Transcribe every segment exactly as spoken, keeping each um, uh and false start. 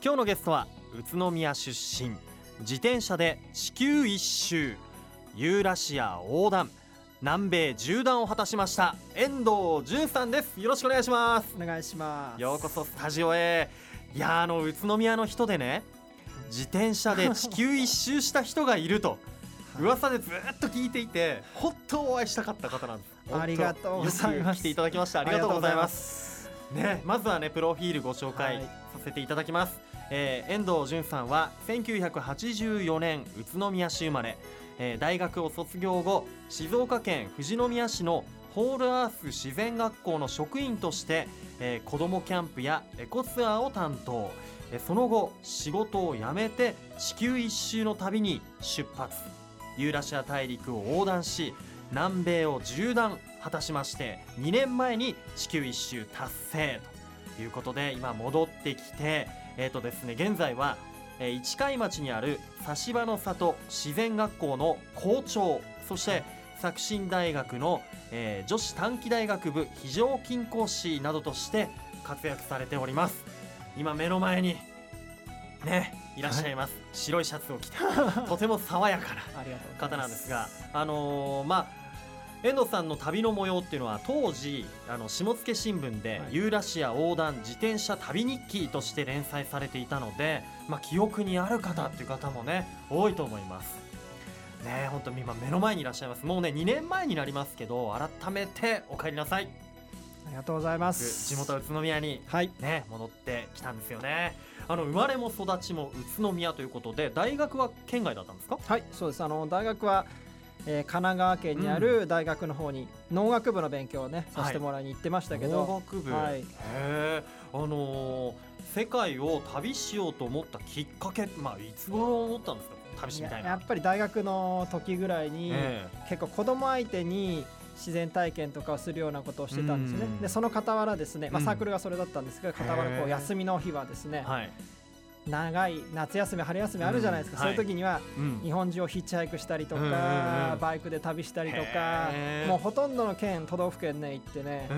今日のゲストは宇都宮出身、自転車で地球一周、ユーラシア横断、南米縦断を果たしました遠藤純さんです。よろしくお願いします。 お願いします。 ようこそスタジオへ。いやあの宇都宮の人でね、自転車で地球一周した人がいると噂でずっと聞いていて、本当お会いしたかった方なんです。 ありがとうございます。 よく来ていただきました。ありがとうございますね。まずはねプロフィールご紹介させていただきます、えー、遠藤純さんはせんきゅうひゃくはちじゅうよねん宇都宮市生まれ、えー、大学を卒業後静岡県富士宮市のホールアース自然学校の職員として、えー、子どもキャンプやエコツアーを担当、えー、その後仕事を辞めて地球一周の旅に出発、ユーラシア大陸を横断し南米を縦断果たしまして、にねんまえに地球一周達成ということで今戻ってきて、えーとですね、現在は、えー、市貝町にある指場の里自然学校の校長、そして作新大学の、えー、女子短期大学部非常勤講師などとして活躍されております。今目の前にねいらっしゃいます、はい、白いシャツを着てとても爽やかな方なんですが、あのー、まあ遠藤さんの旅の模様っていうのは当時あの下野新聞で、はい、ユーラシア横断自転車旅日記として連載されていたので、まあ、記憶にある方っていう方もね多いと思いますね。本当に今目の前にいらっしゃいます。もうねにねんまえになりますけど改めてお帰りなさい。 ありがとうございます。 地元宇都宮に、 はいね、戻ってきたんですよね。あの生まれも育ちも宇都宮ということで、大学は県外だったんですか？ はい、そうです。あの大学は、えー、神奈川県にある大学の方に農学部の勉強をね、うん、させてもらいに行ってましたけど、 農学部、 はい、 へー、あのー、世界を旅しようと思ったきっかけ、まあ、いつ頃思ったんですか？旅してみたいな。 や, やっぱり大学の時ぐらいに、 えー、 結構子供相手に自然体験とかをするようなことをしてたんですね。でその傍らですね、まあ、サークルがそれだったんですけど、傍らこう休みの日はですね、はい、長い夏休み春休みあるじゃないですか、うん、そういう時には日本中をヒッチハイクしたりとか、うん、バイクで旅したりとか、もうほとんどの県都道府県ね行ってね、うん、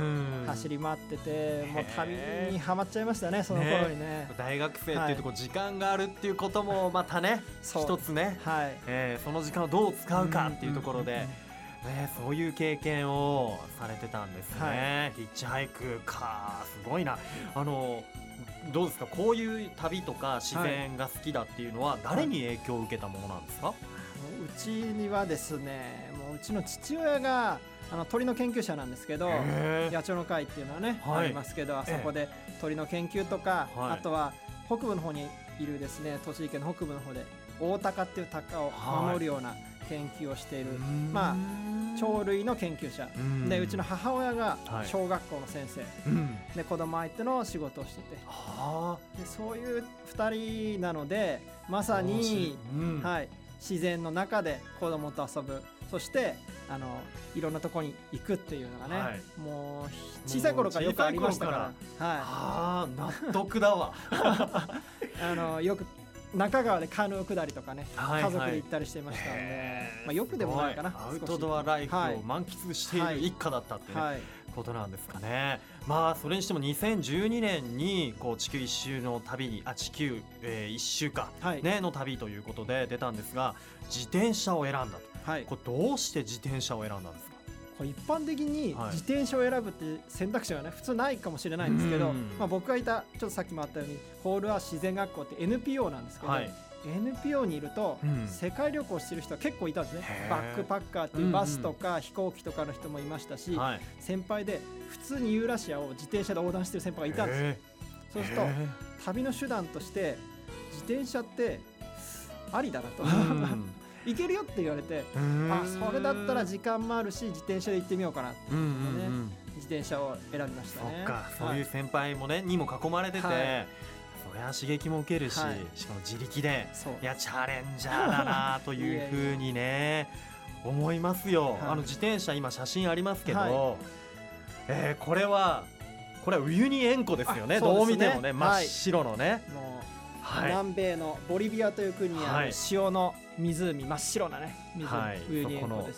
走り回ってて、もう旅にハマっちゃいましたね、その頃にね。 ね、大学生っていうとこう時間があるっていうこともまたね、一つね、はい、えー、その時間をどう使うかっていうところで、うんうんうん、ね、そういう経験をされてたんですね、はい、ヒッチハイクか、すごいな。あのどうですか、こういう旅とか自然が好きだっていうのは誰に影響を受けたものなんですか？はい、 うちにはですね、もううちの父親があの鳥の研究者なんですけど、野鳥の会っていうのはね、はい、ありますけど、あそこで鳥の研究とか、はい、あとは北部の方にいるですね、栃木県の北部の方でオオタカっていうタカを守るような研究をしている、はい、まあ鳥類の研究者で、うちの母親が小学校の先生、はい、で子供相手の仕事をしてて、でそういうふたりなので、まさに、うん、はい、自然の中で子供と遊ぶ、そしてあのいろんなところに行くっていうのがね、はい、もう小さい頃からよくありましたから、はい、 あ納得だわあのよく中川でカヌー下りとかね、はいはい、家族で行ったりしてましたんで、まあ、よくでもないかな、 アウトドアライフを満喫している一家だったっていう、ね、はい、ことなんですかね。まあそれにしてもにせんじゅうにねんにこう地球一周の旅にあ地球、えー、一周か、はい、ね、の旅ということで出たんですが、自転車を選んだと、はい、これどうして自転車を選んだんですか？ 一般的に自転車を選ぶって選択肢はね普通ないかもしれないんですけど、まあ、僕がいたちょっとさっきもあったようにホールアース自然学校って エヌピーオー なんですけど、はい、エヌピーオー にいると世界旅行してる人は結構いたんですね、うん、バックパッカーっていうバスとか飛行機とかの人もいましたし、はい、先輩で普通にユーラシアを自転車で横断してる先輩がいたんですよ。そうすると旅の手段として自転車ってありだなと、うん行けるよって言われて、あ、それだったら時間もあるし自転車で行ってみようかなっていうことで、ね、うんうんうん、自転車を選びましたね。 そっか、そういう先輩もねにも囲まれてて、はい、そりゃ刺激も受けるし、はい、しかも自力で、いやチャレンジャーだなというふうにね思いますよ、はい、あの自転車今写真ありますけど、はい、えー、これはこれはウユニ塩湖ですよね。どう見てもね、真っ白のね、 もうはい、南米のボリビアという国にある塩の湖、真っ白なね湖、はい、ウユニ塩湖です。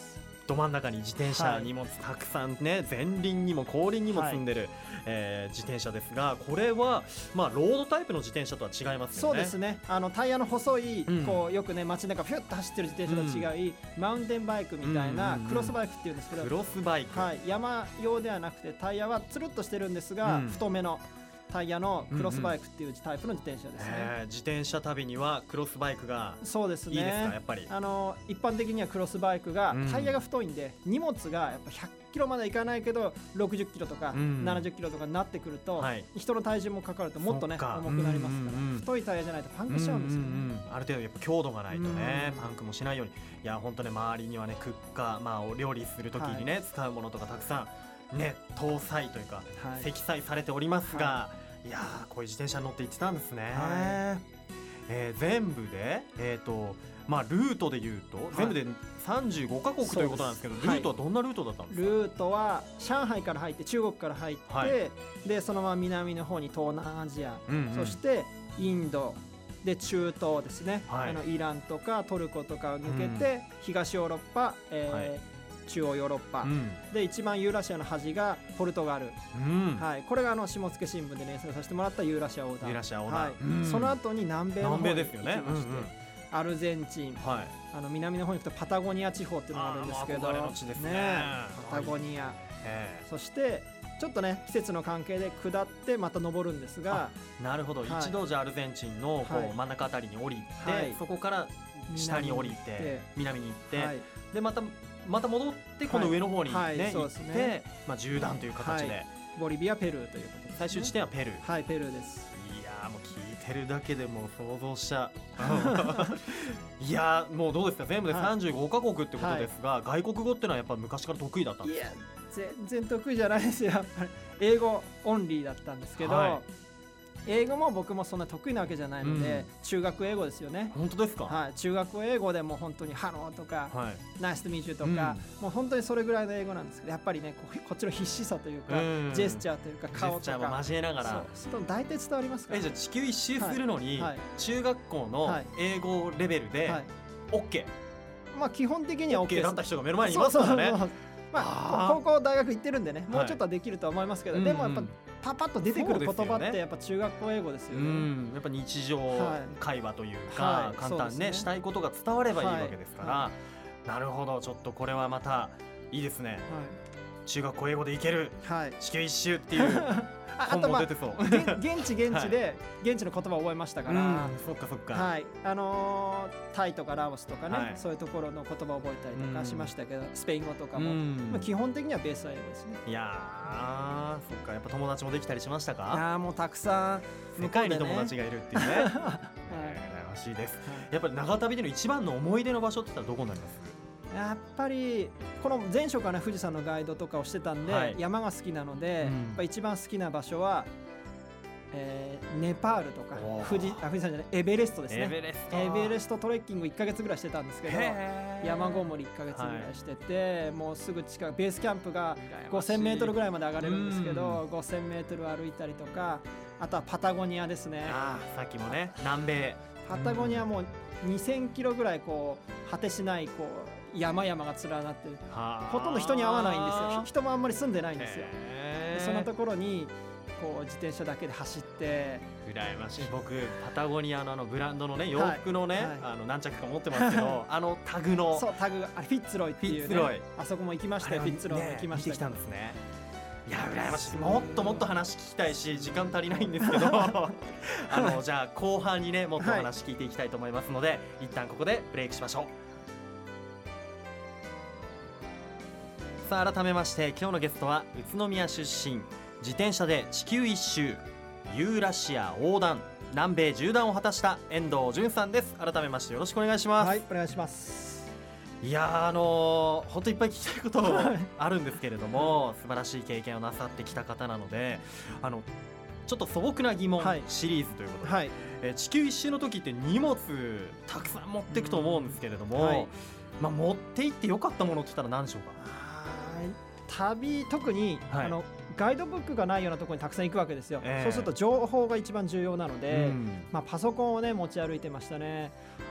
ど真ん中に自転車荷物たくさんね、前輪にも後輪にも積んでる、はい、えー、自転車ですが、これは、まあ、ロードタイプの自転車とは違いますよね。 そうですね、あのタイヤの細い、うん、こうよくね街中フュッと走ってる自転車と違い、うん、マウンテンバイクみたいなクロスバイクっていうんですけど、 クロスバイク、 はい、山用ではなくてタイヤはつるっとしてるんですが、うん、太めのタイヤのクロスバイクっていうタイプの自転車ですね、 うんうん、自転車旅にはクロスバイクがいいですか？ そうですね、 やっぱりあの一般的にはクロスバイクがタイヤが太いんで、うん、荷物がやっぱひゃっキロまでいかないけどろくじゅっキロとかななじゅっキロとかになってくると、うん、はい、人の体重もかかるともっとね重くなりますから、うんうんうん、太いタイヤじゃないとパンクしちゃうんですよね、うんうんうん、 ある程度やっぱ強度がないとね、うん、パンクもしないように。いや本当ね、周りにはねクッカー、まあ、お料理するときにね、はい、使うものとかたくさんね搭載というか、はい、積載されておりますが、はい、いやーこういう自転車に乗って行ってたんですね、はい、えー、全部で、えーとまあ、ルートでいうと、はい、全部でさんじゅうごカ国ということなんですけど、ルートはどんなルートだったんですか？ ルートは上海から入って中国から入って、はい、でそのまま南の方に東南アジア、うんうん、そしてインドで中東ですね、はい、あのイランとかトルコとかを抜けて、うん、東ヨーロッパ、えーはい、中央ヨーロッパ、うん、で一番ユーラシアの端がポルトガル、うん、はい、これがあの下野新聞で連載させてもらったユーラシア横断、 ユーラシア横断、 はい、うん、その後に南米の方に行きまして、 南米ですよね、うんうん、 アルゼンチン、はい、あの南の方に行くとパタゴニア地方っていうのがあるんですけど、 の地ですね、 ね、パタゴニア、はい、そしてちょっとね季節の関係で下ってまた登るんですが、 なるほど、はい、一度じゃアルゼンチンのこう真ん中あたりに降りて、はい、そこから下に降りて南に行って、はい、でまたまた戻ってこの上の方にね、はいはい、行って、ね、まあ、縦断という形で、はい、 ボリビアペルーということですね。 最終地点はペルー、 はい、ペルーです。 いやもう聞いてるだけでも想像しちゃういやもうどうですか、全部でさんじゅうごカ国ってことですが、はい、外国語ってのはやっぱ昔から得意だったんですか？いや全然得意じゃないですよ、やっぱり英語オンリーだったんですけど、はい、英語も僕もそんな得意なわけじゃないので、うん、中学英語ですよね。 本当ですか？ はい、中学英語でも本当にハローとか、はい、ナイストミーチューとか、うん、もう本当にそれぐらいの英語なんですけど、やっぱりね こ, こっちの必死さというか、うん、ジェスチャーというか顔とかジェスチャーも交えながら、 そうそう大体伝わりますから、 えじゃあ地球一周するのに、はいはい、中学校の英語レベルで、はい、OK、 まあ基本的には OK だった人が目の前にいますからね。そうそうそう、 まあ、高校大学行ってるんでね、もうちょっとはできるとは思いますけど、はい、でもやっぱパパッと出てくる言葉ってやっぱ中学校英語ですよね。うん、 やっぱ日常会話というか、はい、簡単にね、ねしたいことが伝わればいいわけですから、はい、なるほど、ちょっとこれはまたいいですね、はい、中学校英語でいける、はい、地球一周っていう本も出てそう。あと、まあ、 現地現地で現地の言葉を覚えましたから、うん、 そっかそっか、 はい、あのー、タイとかラオスとかね、はい、そういうところの言葉を覚えたりとかしましたけど、うん、スペイン語とかも、うん、まあ、基本的にはベースは英語ですね。 いやー、そっか、やっぱ友達もできたりしましたか？ いやー、もうたくさん、 世界に友達がいるっていうね、はい、羨ましいです、はい、やっぱり長旅での一番の思い出の場所って言ったらどこになります？ やっぱりこの前初から富士山のガイドとかをしてたんで、はい、山が好きなので、うん、やっぱ一番好きな場所は、えー、ネパールとか富士、あ、富士山じゃない、エベレストですね。 エベレスト、 エベレストトレッキングいっかげつぐらいしてたんですけど、山ごもりいっかげつぐらいしてて、はい、もうすぐ近く、ベースキャンプがごせんメートルぐらいまで上がれるんですけど、ごせんメートル歩いたりとか、あとはパタゴニアですね。 あ、さっきもね、南米パタゴニアもにせんキロぐらいこう果てしないこう山々が連なって、ほとんど人に会わないんですよ。人もあんまり住んでないんですよ。でそのところにこう自転車だけで走って、 羨ましい。僕パタゴニアのあのブランドのね、洋服のね、はいはい、あの何着か持ってますけどあのタグの、 そう、タグがあれフィッツロイっていう、ね、あそこも行きましたよ。フィッツロイも行きました。 見てきたんですね。いや羨ましい。もっともっと話聞きたいし時間足りないんですけどあのじゃあ後半にねもっと話聞いていきたいと思いますので、はい、一旦ここでブレイクしましょう。さあ改めまして今日のゲストは宇都宮出身、自転車で地球一周、ユーラシア横断、南米縦断を果たした遠藤純さんです。改めましてよろしくお願いします。 はい、お願いします。 いやあのー、本当いっぱい聞きたいことあるんですけれども素晴らしい経験をなさってきた方なので、あのちょっと素朴な疑問シリーズということで、はい、えー、地球一周の時って荷物たくさん持っていくと思うんですけれども、はい、まあ、持って行ってよかったものって言ったら何でしょうか？ 旅、特に、はい、あのガイドブックがないようなところにたくさん行くわけですよ、えー、そうすると情報が一番重要なので、うん、まあ、パソコンをね持ち歩いてましたね。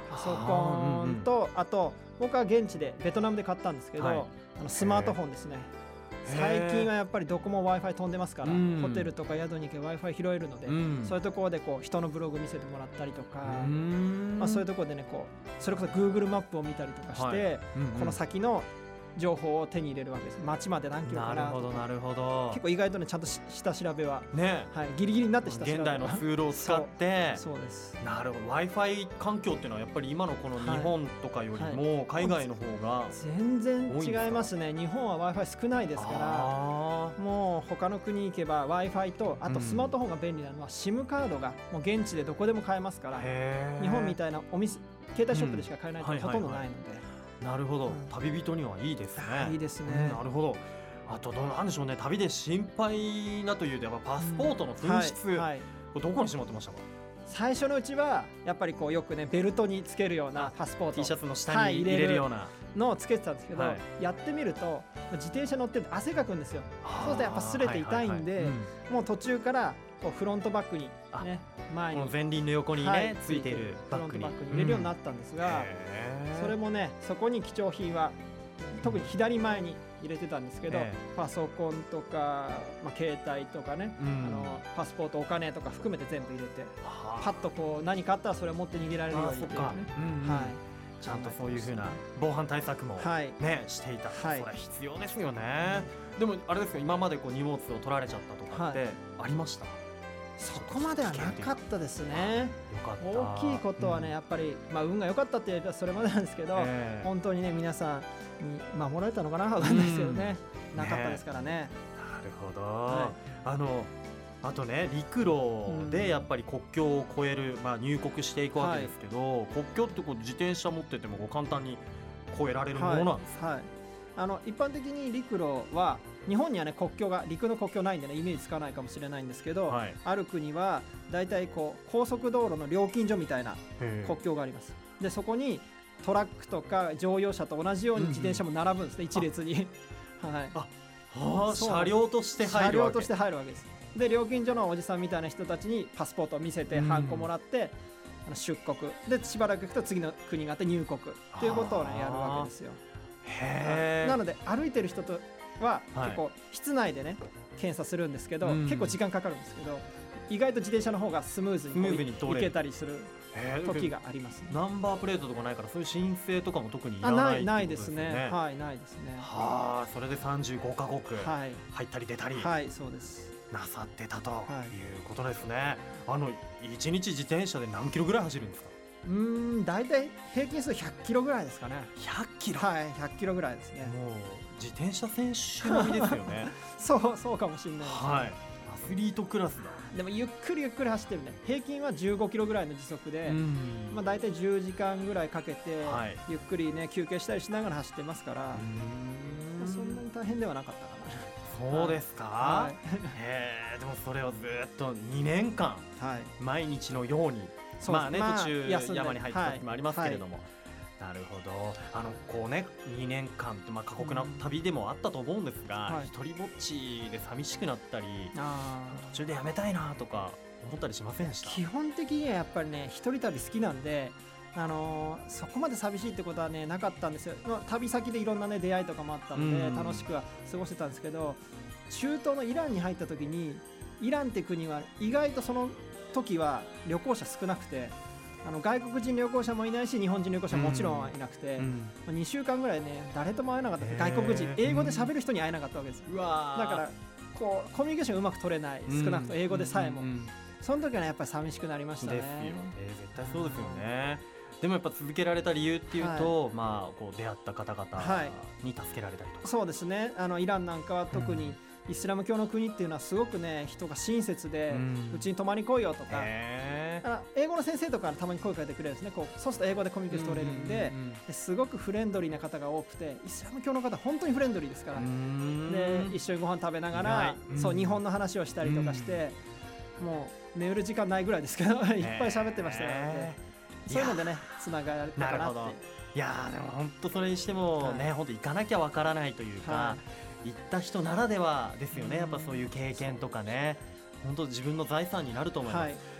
パソコンと、うんうん、あと僕は現地でベトナムで買ったんですけど、はい、あのスマートフォンですね。最近はやっぱりどこも Wi-Fi 飛んでますから、うん、ホテルとか宿に行けば Wi-Fi 拾えるので、うん、そういうところでこう人のブログ見せてもらったりとか、まあ、そういうところでねこうそれこそ Google マップを見たりとかして、はいうんうん、この先の情報を手に入れるわけです。街まで何キロかなとか。なるほどなるほど。結構意外とねちゃんと下調べは、ねはい、ギリギリになって下調べは現代のツールを使ってそう、そうです。 なるほど。 Wi-Fi 環境っていうのはやっぱり今のこの日本とかよりも海外の方が全然違いますね。日本は Wi-Fi 少ないですからもう他の国行けば Wi-Fi とあとスマートフォンが便利なのは SIM カードがもう現地でどこでも買えますから、日本みたいなお店携帯ショップでしか買えないとほとんどないので、 なるほど、うん、旅人にはいいですね。 いいですね、 うん、なるほど。あとどうなんでしょうね、旅で心配なというとやっぱパスポートの紛失、うんはいはい、これどこにしまってましたか？ 最初のうちはやっぱりこうよくねベルトにつけるようなパスポート T シャツの下に入れるようなのをつけてたんですけど、はい、やってみると自転車乗ってて汗かくんですよ。そうするとやっぱ擦れて痛いんで、はいはいはいうん、もう途中からこうフロントバッグにね前にこの前輪の横にね、はい、ついているバッグにフロントバッグに入れるようになったんですが、うん、それもねそこに貴重品は特に左前に入れてたんですけど、えー、パソコンとか、まあ、携帯とかね、うん、あのパスポートお金とか含めて全部入れてパッとこう何かあったらそれを持って逃げられるようにっていうね、うんうんはい、 ちゃんとそういう風な防犯対策も、ねはい、していた、はい、それは必要ですよね、うん、でもあれですよ今までこう荷物を取られちゃったとかってありました？はい、 そこまではなかったですね。 よかった。 大きいことはね、うん、やっぱり、まあ、運が良かったって言うとそれまでなんですけど、えー、本当にね皆さんに守られたのかなわかんないですけどね、うん、なかったですからね。ねなるほど、はい、あのあとね陸路でやっぱり国境を越える、まあ、入国していくわけですけど、はい、国境ってこう自転車持っててもこう簡単に越えられるものなんですか？ はいはい、あの一般的に陸路は日本にはね国境が陸の国境ないんでねイメージつかないかもしれないんですけど、はい、ある国はだいたいこう高速道路の料金所みたいな国境があります。でそこにトラックとか乗用車と同じように自転車も並ぶんですね、うん、一列にはい、 あはあ車両として入るわけ車両として入るわけです。で料金所のおじさんみたいな人たちにパスポートを見せてハンコもらって、うん、あの出国でしばらく行くと次の国があって入国っていうことをねやるわけですよ。 へなので歩いてる人とは結構室内でね検査するんですけど、はい、結構時間かかるんですけど意外と自転車の方がスムーズに行けたりする時があります、ね、 ナンバープレートとかないからそういう申請とかも特にいらないってことですよね。 ないですね。はいないですね。 はあそれでさんじゅうごカ国入ったり出たり、 はい、はい、そうですなさってたということですね。はい、あのいちにち自転車で何キロぐらい走るんですか？ うーんだいたい平均数ひゃっキロぐらいですかね。 ひゃっキロはいひゃっキロぐらいですね。 もう自転車選手並みですよねそうそうかもしれないです、ね、 はいアスリートクラスだ。 でもゆっくりゆっくり走ってるね平均はじゅうごキロぐらいの時速で、まあ、だいたいじゅうじかんぐらいかけて、はい、ゆっくりね休憩したりしながら走ってますから、うんそんなに大変ではなかったかな。そうですか、はい、へえでもそれをずっとにねんかん、はい、毎日のようにまあね、まあ、途中山に入った時もありますけれども、はいはい、なるほど。あのこうねにねんかんってまあ過酷な旅でもあったと思うんですが、うん、一人ぼっちで寂しくなったり、はい、途中でやめたいなとか思ったりしませんでした？ 基本的にはやっぱりね一人旅好きなんで、あのー、そこまで寂しいってことはねなかったんですよ。旅先でいろんなね出会いとかもあったので、うん、楽しくは過ごしてたんですけど、中東のイランに入った時にイランって国は意外とその時は旅行者少なくて、あの外国人旅行者もいないし日本人旅行者ももちろんいなくて、うんうん、にしゅうかんぐらいね誰とも会えなかった。外国人英語で喋る人に会えなかったわけです。うわだからこうコミュニケーションうまく取れない、少なくとも英語でさえも、うんうんうん、その時は、ね、やっぱり寂しくなりましたね。 ですよ、えー、絶対そうですよね。でもやっぱ続けられた理由っていうと、はい、まあこう出会った方々に助けられたりとか、 はい、そうですね。あのイランなんかは特に、うんイスラム教の国っていうのはすごくね人が親切で、うちに泊まり来いよとか、英語の先生とかたまに声かけてくれるんですね。こうそうすると英語でコミュニケーション取れるんで、ですごくフレンドリーな方が多くて、イスラム教の方本当にフレンドリーですから、で一緒にご飯食べながら、そう日本の話をしたりとかして、もう眠る時間ないぐらいですけどいっぱい喋ってましたので、そういうのでねつながれたかなって。 いやでも本当それにしてもね、はい、本当行かなきゃわからないというか、はい行った人ならではですよね。やっぱそういう経験とかね本当自分の財産になると思います、はい、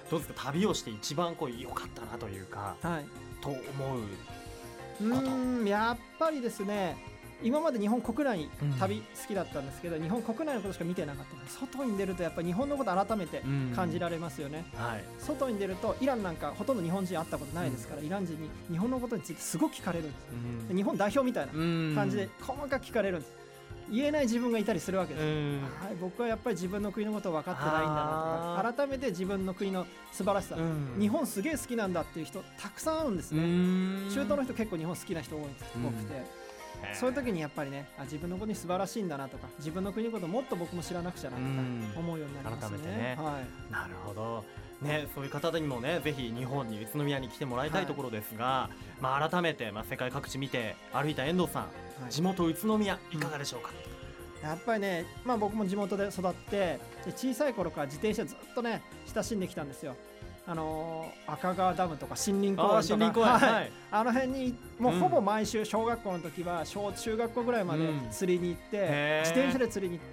どうですか、旅をして一番こう良かったなというか、 はい、 と思ううーんやっぱりですね、今まで日本国内旅好きだったんですけど、うん、日本国内のことしか見てなかったので、外に出るとやっぱり日本のこと改めて感じられますよね、うんはい、外に出るとイランなんかほとんど日本人会ったことないですから、うん、イラン人に日本のことについてすごく聞かれるんです、うん、日本代表みたいな感じで細かく聞かれるんです。言えない自分がいたりするわけです、はい、僕はやっぱり自分の国のことを分かってないんだなとか、改めて自分の国の素晴らしさ、うん、日本すげえ好きなんだっていう人たくさん会うんですね。中東の人結構日本好きな人多いんです、うん、多くて、そういう時にやっぱりね、あ自分の国素晴らしいんだなとか、自分の国のこともっと僕も知らなくちゃなとか思うようになりますね。改めてね、はい、なるほどね、そういう方にもね、ぜひ日本に宇都宮に来てもらいたいところですが、はい、まあ、改めて、まあ、世界各地見て歩いた遠藤さん、はい、地元宇都宮いかがでしょうか。 うん、やっぱりね、まあ、僕も地元で育って、で小さい頃から自転車ずっとね親しんできたんですよ。あのー、赤川ダムとか森林公園とか、森林公園、はいはい、あの辺にもうほぼ毎週、小学校の時は小中学校ぐらいまで釣りに行って、うん、自転車で釣りに行って、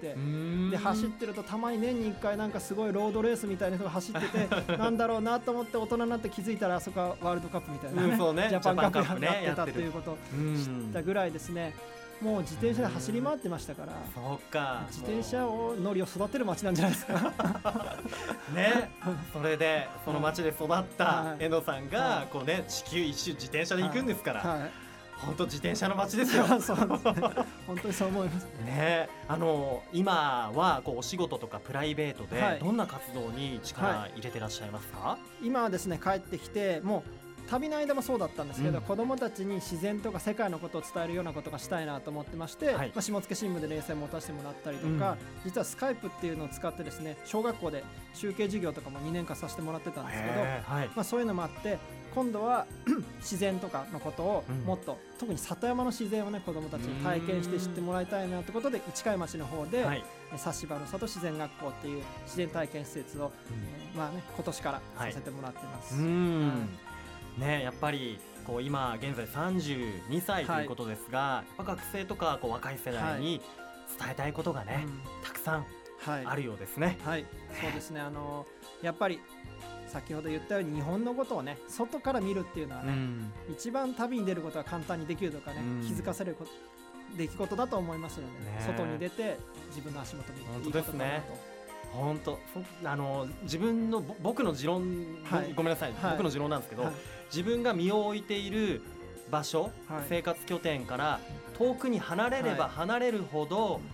で走ってるとたまに年にいっかいなんかすごいロードレースみたいな人が走っててなんだろうなと思って、大人になって気づいたらあそこはワールドカップみたいな、ねうんね、ジャパンカップやってたということを知ったぐらいですね。もう自転車で走り回ってましたから、 そうか、 自転車を乗りを育てる街なんじゃないですかね、それでその街で育った遠藤さんが、はい、こうね、地球一周自転車で行くんですから、はいはい、本当自転車の街ですよ。 そうですね、本当にそう思いますね。あの今はこうお仕事とかプライベートでどんな活動に力入れてらっしゃいますか。はい、 今はですね、帰ってきてもう旅の間もそうだったんですけど、うん、子どもたちに自然とか世界のことを伝えるようなことがしたいなと思ってまして、はい、まあ、下野新聞で連載を持たせてもらったりとか、うん、実はスカイプっていうのを使ってですね、小学校で中継授業とかもにねんかんさせてもらってたんですけど、はい、まあ、そういうのもあって今度は自然とかのことをもっと、うん、特に里山の自然をね子どもたちに体験して知ってもらいたいなということで、市貝町の方で、はい、指原里自然学校っていう自然体験施設を、うん、えーまあね、今年からさせてもらってます。はい、うんね、やっぱりこう今現在さんじゅうにさいということですが、はい、やっぱ学生とかこう若い世代に伝えたいことがね、はい、たくさんあるようですね。 はい、はい、そうですね。あのやっぱり先ほど言ったように日本のことをね外から見るっていうのはね、うん、一番旅に出ることは簡単にできるとかね、うん、気づかせること出来事だと思いますので、ね、外に出て自分の足元見るっていいことかなと。 本当、あの自分の僕の持論、はい、ごめんなさい、はい、僕の持論なんですけど、はい、自分が身を置いている場所、はい、生活拠点から遠くに離れれば離れるほど、はい、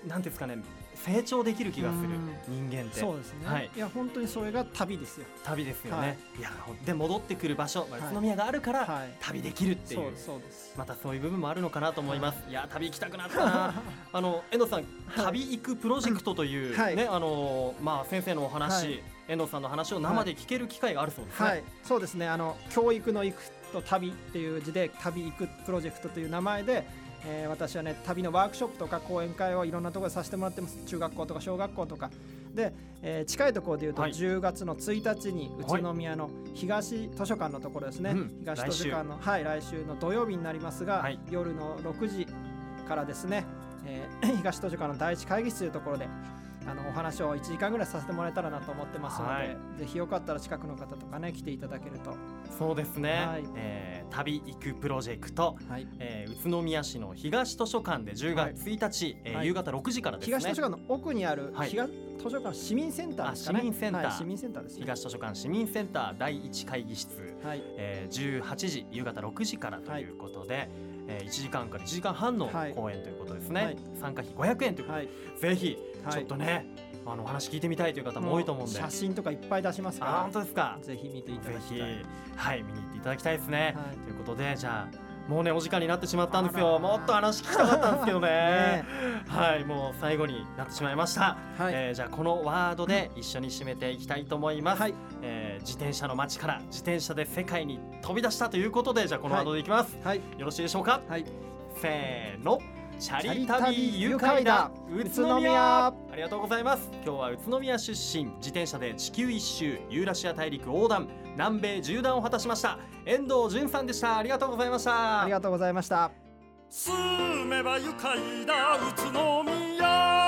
なんていうんですかね、成長できる気がする、人間って。 そうですね、はい、いや本当にそれが旅ですよ。 旅ですよね、はい、いやで戻ってくる場所、宇都宮があるから旅できるっていう、はいはい、そうそうです。またそういう部分もあるのかなと思います、はい、いや旅行きたくなったなあの遠藤さん、旅行くプロジェクトという、はい、ね、あのまあ、先生のお話、はい、遠藤さんの話を生で聞ける機会があるそうですね。はい、 そうですね。あの教育の行くと旅っていう字で旅行くプロジェクトという名前で、えー、私はね旅のワークショップとか講演会をいろんなところでさせてもらってます。中学校とか小学校とかで、えー、近いところでいうと、はい、じゅうがつのついたちに宇都宮の東図書館のところですね、はい、東図書館の来週、はい、来週の土曜日になりますが、はい、夜のろくじからですね、えー、東図書館の第一会議室というところであのお話をいちじかんぐらいさせてもらえたらなと思ってますので、はい、ぜひよかったら近くの方とかね来ていただけると。 そうですね、はい、えー、旅行くプロジェクト、はい、えー、宇都宮市の東図書館でじゅうがつついたち、はい、えー、夕方ろくじからですね。 東図書館の奥にある、はい、東図書館市民センターですかね。 市民センター、はい、 市民センターですね。 東図書館市民センター第一会議室、はい、えー、じゅうはちじ夕方ろくじからということで、はい、えー、いちじかんからいちじかんはんの公演ということですね、はい、参加費ごひゃくえんということで、はい、ぜひちょっとね、はい、あのお話聞いてみたいという方も多いと思うんで、 写真とかいっぱい出しますから。 あ、本当ですか。 ぜひ見ていただきたい。ぜひ、 はい、見に行っていただきたいですね、はい、ということで、じゃあもうねお時間になってしまったんですよ。もっと話聞きたかったんですけど ね, ねはい、もう最後になってしまいました、はい、えー、じゃあこのワードで一緒に締めていきたいと思います、はい、えー、自転車の街から自転車で世界に飛び出したということで、じゃあこのワードでいきます、はいはい、よろしいでしょうか、はい、せーの、チャリ旅愉快だ宇都宮。ありがとうございます。今日は宇都宮出身、自転車で地球一周、ユーラシア大陸横断、南米縦断を果たしました遠藤純さんでした。ありがとうございました。 ありがとうございました。 住めば愉快だ宇都宮。